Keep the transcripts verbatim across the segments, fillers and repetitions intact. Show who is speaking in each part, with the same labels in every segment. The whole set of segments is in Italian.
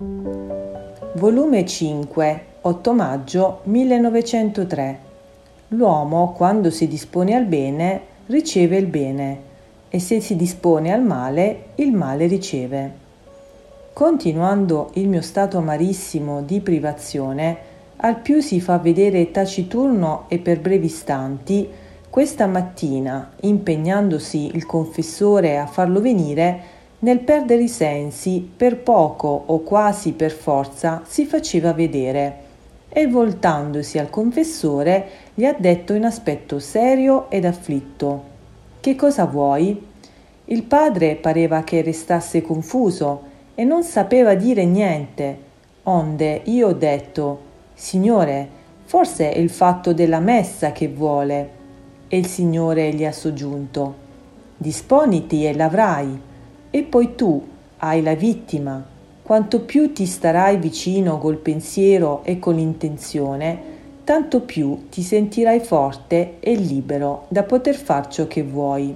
Speaker 1: Volume cinque, otto maggio millenovecentotre. L'uomo, quando si dispone al bene, riceve il bene, e se si dispone al male, il male riceve. Continuando il mio stato amarissimo di privazione, al più si fa vedere taciturno e per brevi istanti. Questa mattina, impegnandosi il confessore a farlo venire, nel perdere i sensi, per poco o quasi per forza, si faceva vedere, e voltandosi al confessore gli ha detto in aspetto serio ed afflitto: «Che cosa vuoi?» Il padre pareva che restasse confuso e non sapeva dire niente, onde io ho detto: «Signore, forse è il fatto della messa che vuole». E il Signore gli ha soggiunto: «Disponiti e l'avrai». E poi tu hai la vittima. Quanto più ti starai vicino col pensiero e con l'intenzione, tanto più ti sentirai forte e libero da poter far ciò che vuoi.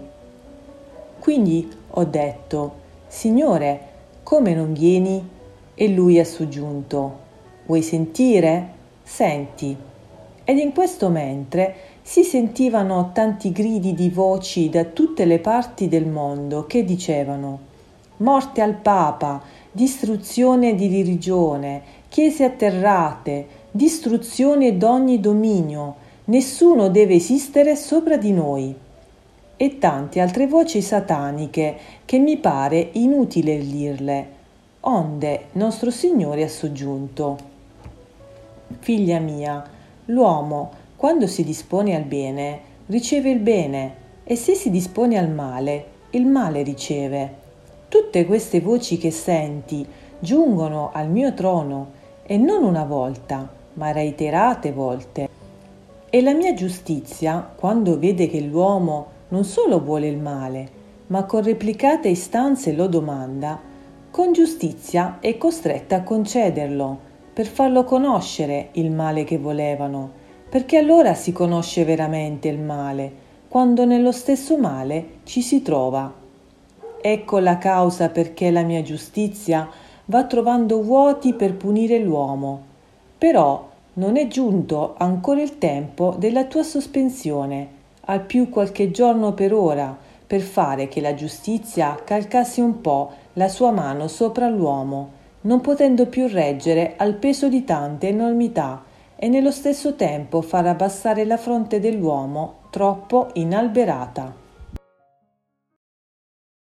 Speaker 1: Quindi ho detto: «Signore, come non vieni?» E lui ha soggiunto: «Vuoi sentire? Senti». Ed in questo mentre si sentivano tanti gridi di voci da tutte le parti del mondo che dicevano: «Morte al Papa, distruzione di religione, chiese atterrate, distruzione d'ogni dominio, nessuno deve esistere sopra di noi». E tante altre voci sataniche che mi pare inutile dirle, onde nostro Signore ha soggiunto: «Figlia mia, l'uomo, quando si dispone al bene, riceve il bene, e se si dispone al male, il male riceve. Tutte queste voci che senti giungono al mio trono, e non una volta, ma reiterate volte. E la mia giustizia, quando vede che l'uomo non solo vuole il male, ma con replicate istanze lo domanda, con giustizia è costretta a concederlo, per farlo conoscere il male che volevano, perché allora si conosce veramente il male, quando nello stesso male ci si trova. Ecco la causa perché la mia giustizia va trovando vuoti per punire l'uomo. Però non è giunto ancora il tempo della tua sospensione, al più qualche giorno per ora, per fare che la giustizia calcasse un po' la sua mano sopra l'uomo, non potendo più reggere al peso di tante enormità, e nello stesso tempo far abbassare la fronte dell'uomo troppo inalberata».